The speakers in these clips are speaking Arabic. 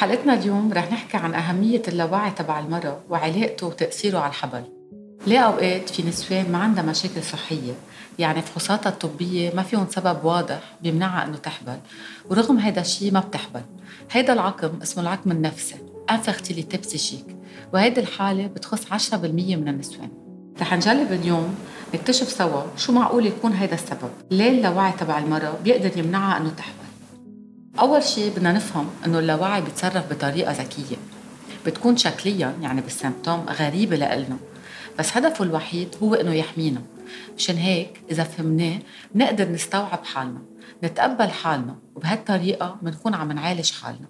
بحلقتنا اليوم رح نحكي عن أهمية اللاوعي تبع المرأة وعلاقته وتأثيره على الحبل. ليه أوقات في نسوان ما عندها مشاكل صحية، يعني فحوصاتها الطبية ما فيهم سبب واضح بيمنعها إنه تحبل، ورغم هيدا الشيء ما بتحبل. هيدا العقم اسمه العقم النفسي infertilité psychique، وهيدي الحالة بتخص 10% من النسوان. رح نجرب اليوم نكتشف سوا شو معقول يكون هيدا السبب، ليه اللاوعي تبع المرأة بيقدر يمنعها إنه تحبل. أول شيء بدنا نفهم إنه اللاوعي بيتصرف بطريقة ذكية، بتكون شكليا يعني بالسيمبتوم غريبة لإلنا، بس هدفه الوحيد هو إنه يحمينا. مشان هيك إذا فهمناه نقدر نستوعب حالنا، نتقبل حالنا، وبهالطريقة منكون عم نعالج حالنا.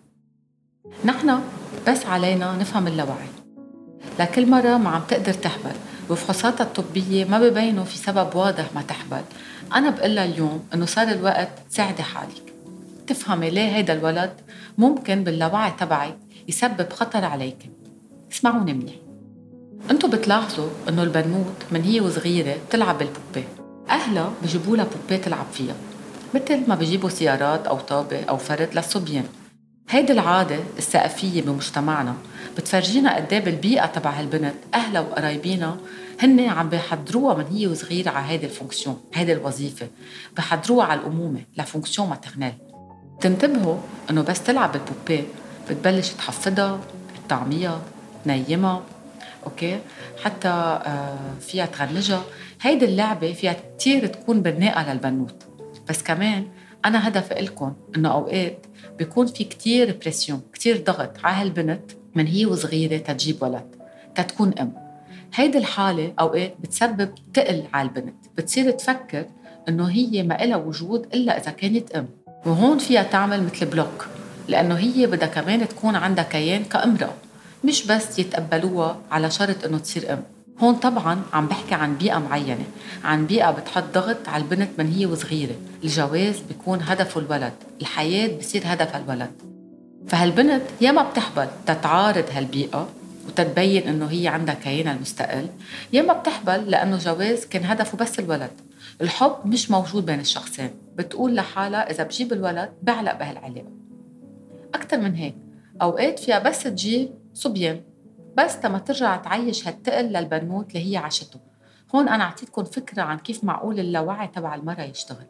نحن بس علينا نفهم اللاوعي. لكل مرة ما عم تقدر تحبل وفحوصاتها الطبية ما ببينوا في سبب واضح ما تحبل، أنا بقلها اليوم إنه صار الوقت تساعدي حالك تفهمي ليه هيدا الولد ممكن باللاوعي تبعك يسبب خطر عليك. اسمعوني منيح. انتو بتلاحظوا انه البنوت من هي وصغيرة بتلعب بالبوبيه، اهلها بيجيبوا لها بوبيه تلعب فيها، مثل ما بيجيبوا سيارات او طابة او فرد للصبيان. هيدي العادة الثقافية بمجتمعنا بتفرجينا قد ايه بالبيئة تبع هالبنت اهلها وقرايبينها هن عم بيحضروها من هي وصغيرة على هيدي الفونكسيون، هيدي الوظيفة، بيحضروها على الأمومة، لفونكسيون ماترنال. تنتبهوا انه بس تلعب بالبوبيه بتبلش تحفظها، تطعميها، تنيمها، اوكي، حتى فيها تغنجها. هيدي اللعبه فيها كتير تكون بناءه للبنوت. بس كمان انا هدف لكم انه اوقات بيكون في كتير بريسيون، كتير ضغط على هالبنت من هي وصغيره تجيب ولد، تتكون ام. هيدي الحاله اوقات بتسبب تقل على البنت، بتصير تفكر انه هي ما إلها وجود الا اذا كانت ام، وهون فيها تعمل مثل بلوك، لأنه هي بدها كمان تكون عندها كيان كامرأة، مش بس يتقبلوها على شرط أنه تصير أم. هون طبعاً عم بحكي عن بيئة معينة، عن بيئة بتحط ضغط على البنت من هي وصغيرة. الجواز بيكون هدفه الولد، الحياة بصير هدفها الولد. فهالبنت يا ما بتحبل تتعارض هالبيئة وتتبين أنه هي عندها كيانها المستقل، يا ما بتحبل لأنه جواز كان هدفه بس الولد. الحب مش موجود بين الشخصين، بتقول لحالها إذا بجيب الولد بعلق بهالعلاقة. أكتر من هيك أوقات فيها بس تجيب صبيان بس تما ترجع تعيش هالتقل للبنوت اللي هي عاشته. هون أنا أعطيتكم فكرة عن كيف معقول اللاوعي تبع المرأة يشتغل.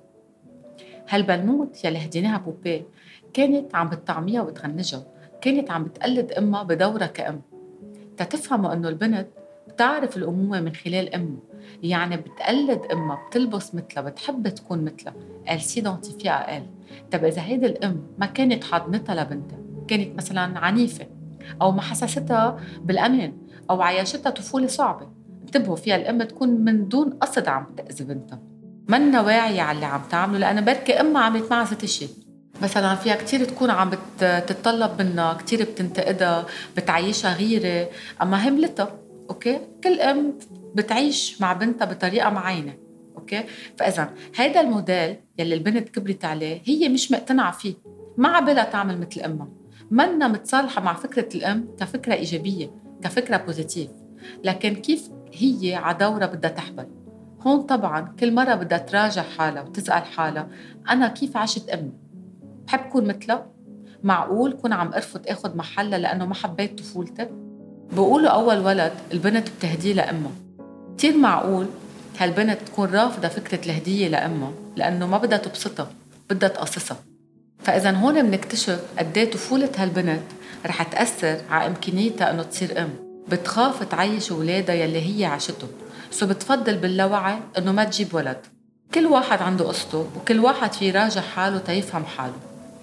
هالبنوت يلي هديناها بوبيه كانت عم بتطعميها وتغنجها، كانت عم بتقلد أمها بدورها كأم. تتفهموا أنه البنت بتعرف الأمومة من خلال أمها، يعني بتقلد أمها، بتلبس مثلها، بتحب تكون مثلها. elle s'identifie à elle. طب إذا هيدي الأم ما كانت حاضنتها لبنتها، كانت مثلا عنيفة أو ما حسستها بالأمان أو عيشتها طفولة صعبة، انتبهوا فيها الأم تكون من دون قصد عم تأذي بنتها، منا واعية على اللي عم تعمله، لأن بركي أمها عملت معها ست شيء. مثلا فيها كتير تكون عم بتتطلب منها، كتير بتنتقدها، بتعيشها غيرة، أما هملتها. أوكي، كل أم بتعيش مع بنتها بطريقة معينة. أوكي، فإذا هيدا الموديل يلي البنت كبرت عليه هي مش مقتنعة فيه، ما عبالها تعمل مثل أمها، منا متصالحة مع فكرة الأم كفكرة إيجابية، كفكرة بوزيتيف. لكن كيف هي عدورة بدها تحبل؟ هون طبعا كل مرة بدها تراجع حالها وتسأل حالها، أنا كيف عشت أمي؟ بحب كون مثلها؟ معقول كون عم أرفض أخذ محلها لأنه ما حبيت طفولتي؟ بقولوا أول ولد البنت بتهديه لأمها، كتير معقول هالبنت تكون رافضة فكرة الهدية لأمها لأنه ما بدها تبسطها، بدها تقصصها. فإذا هون بنكتشف قديه طفولة هالبنت رح تأثر على إمكانيتها أنه تصير أم. بتخاف تعيش أولادها يلي هي عاشته، سو بتفضل باللاوعي أنه ما تجيب ولد. كل واحد عنده قصته، وكل واحد فيه يراجع حاله تيفهم حاله.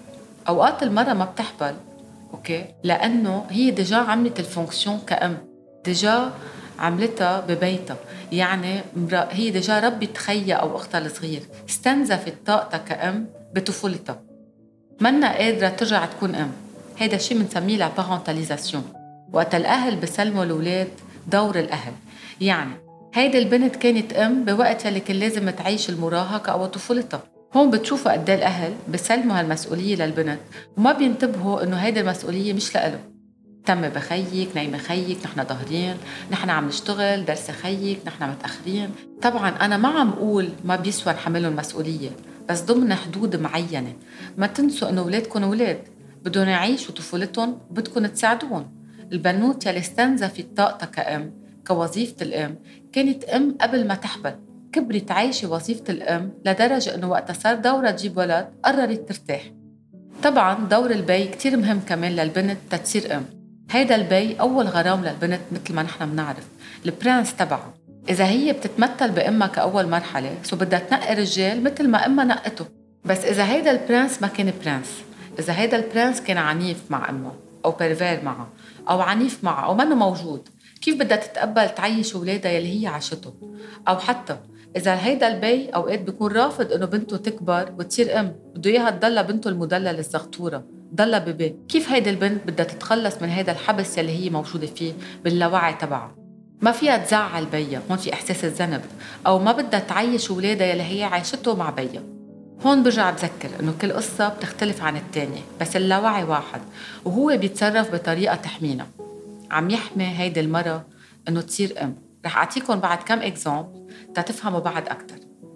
أوقات المرأة ما بتحبل، أوكي، لأنه هي ديجا عملت الفونكسيون كأم، ديجا عملتها ببيتها، يعني هي ديجا ربت خيها أو أختها الصغير، استنزفت طاقتها كأم بطفولتها، منا قادرة ترجع تكون أم. هيدا الشيء بنسميه لا بارنتاليزاسيون. وقت الأهل بسلموا الأولاد دور الأهل، يعني هيدي البنت كانت أم بوقت يلي كان لازم تعيش المراهقة أو طفولتها. هون بتشوفوا قد الأهل بسلموا هالمسؤولية للبنت وما بينتبهوا إنه هيدي المسؤولية مش لإله. تم بخيك، نايمة خيك، نحن ظاهرين، نحن عم نشتغل، درس خيك، نحن متأخرين. طبعا أنا ما عم أقول ما بيسوى نحملهم المسؤولية، بس ضمن حدود معينة. ما تنسوا إنه أولادكم أولاد، بدهم يعيشوا طفولتهم وبدكم تساعدوهم. البنوت يلي استنزفت طاقتها كأم كوظيفة الأم كانت أم قبل ما تحبل، كبرت عايشة وظيفة الأم لدرجة إنه وقتها صار دورها تجيب ولد قررت ترتاح. طبعاً دور البي كتير مهم كمان للبنت تتصير أم. هيدا البي أول غرام للبنت مثل ما نحن بنعرف، البرانس تبعها. إذا هي بتتمثل بأمها كأول مرحلة سو بدها تنقي رجال مثل ما أمها نقته. بس إذا هيدا البرانس ما كان برانس، إذا هيدا البرانس كان عنيف مع أمه أو بيرفير معها أو عنيف معها أو منه موجود، كيف بدها تتقبل تعيش ولادها يلي هي عاشته؟ أو حتى إذا هيدا البي أوقات بيكون رافض إنه بنته تكبر وتصير أم، بده إياها تضلها بنته المدللة الزغطورة، ضلها بيبي، كيف هيدا البنت بدها تتخلص من هيدا الحبس يلي هي موجودة فيه باللاوعي تبعها؟ ما فيها تزعل بيها، هون في إحساس الذنب، أو ما بدها تعيش ولادها يلي هي عايشته مع بيها. هون برجع بذكر إنه كل قصة بتختلف عن التانية، بس اللاوعي واحد وهو بيتصرف بطريقة تحمينا. عم يحمي هيدي المرة إنه تصير أم. رح أعطيكم بعد كم إكزامبل تتفهموا بعد أكتر.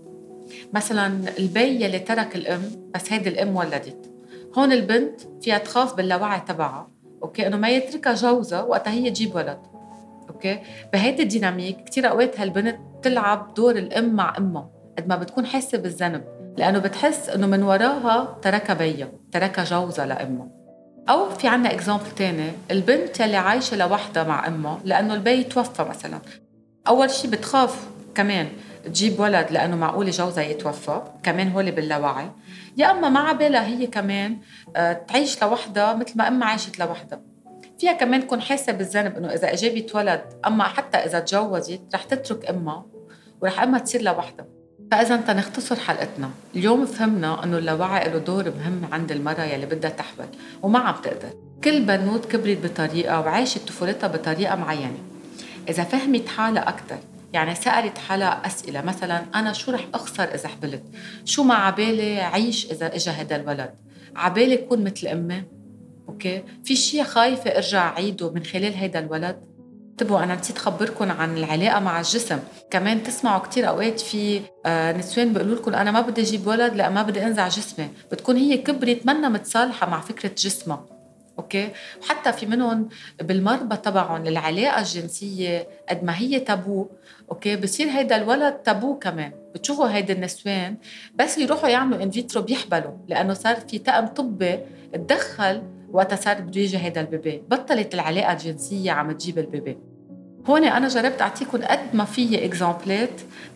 مثلا البي يلي ترك الأم بس هيدي الأم ولدت، هون البنت فيها تخاف باللاوعي تبعها أوكي إنه ما يتركها جوزها وقتها هي تجيب ولد. أوكي بهيدي الديناميك كتير أوقات هالبنت تلعب دور الأم مع أمها قد ما بتكون حاسة بالذنب، لأنه بتحس إنه من وراها تركها بيها، تركها جوزها لأمها. أو في عنا إكزامبل تاني، البنت يلي عايشة لوحدها مع أمها لأنه البي توفى مثلا، أول شي بتخاف كمان تجيب ولد لأنه معقول جوزها يتوفى، كمان هولي باللاوعي. يا أما مع بالها هي كمان تعيش لوحدها مثل ما أمها عاشت لوحدها. فيها كمان تكون حاسة بالذنب إنه إذا أجابت ولد أما حتى إذا تجوزت رح تترك أمها ورح أمها تصير لوحدها. فإذا تنختصر حلقتنا اليوم، فهمنا إنه اللاوعي له دور مهم عند المرأة يلي بدها تحبل وما عم تقدر. كل بنوت كبرت بطريقة وعاشت طفولتها بطريقة معينة. إذا فهمت حالها أكتر، يعني سألت حالها أسئلة مثلا أنا شو رح أخسر إذا حبلت؟ شو ما عبالي عيش إذا إجا هذا الولد؟ عبالي كون مثل أمي؟ أوكي؟ في شيء خايفة أرجع أعيده من خلال هيدا الولد؟ انتبهوا أنا نسيت خبركن عن العلاقة مع الجسم. كمان تسمعوا كتير أوقات في نسوان بيقولوا لكم أنا ما بدي أجيب ولد لا ما بدي أنزع جسمي، بتكون هي كبرت منا متصالحة مع فكرة جسمها. أوكي؟ وحتى في منهم بالمربى تبعهم العلاقة الجنسية قد ما هي تابو، أوكي؟ بصير هيدا الولد تابو كمان. بتشوفوا هيدا النسوان بس يروحوا يعملوا انفيترو بيحبلوا لأنه صار في طاقم طبي تدخل وقتها صار بده يجي هيدا البيبي، بطلت العلاقة الجنسية عم تجيب البيبي. هون أنا جربت أعطيكم قد ما فيي إكزامبلات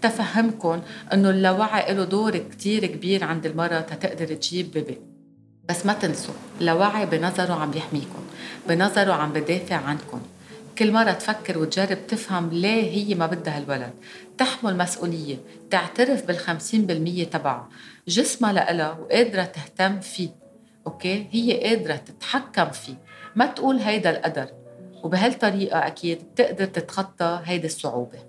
تفهمكم إنه اللاوعي له دور كتير كبير عند المرأة تقدر تجيب بيبي. بس ما تنسوا اللاوعي بنظره عم بيحميكم، بنظره عم بدافع عنكم. كل مرة تفكر وتجرب تفهم ليه هي ما بدها هالولد، تحمل مسؤولية، تعترف بال50% تبعها، جسمها لإلها وقادرة تهتم فيه. أوكي هي قادرة تتحكم فيه، ما تقول هيدا القدر. وبهالطريقة أكيد تقدر تتخطى هيدا الصعوبة.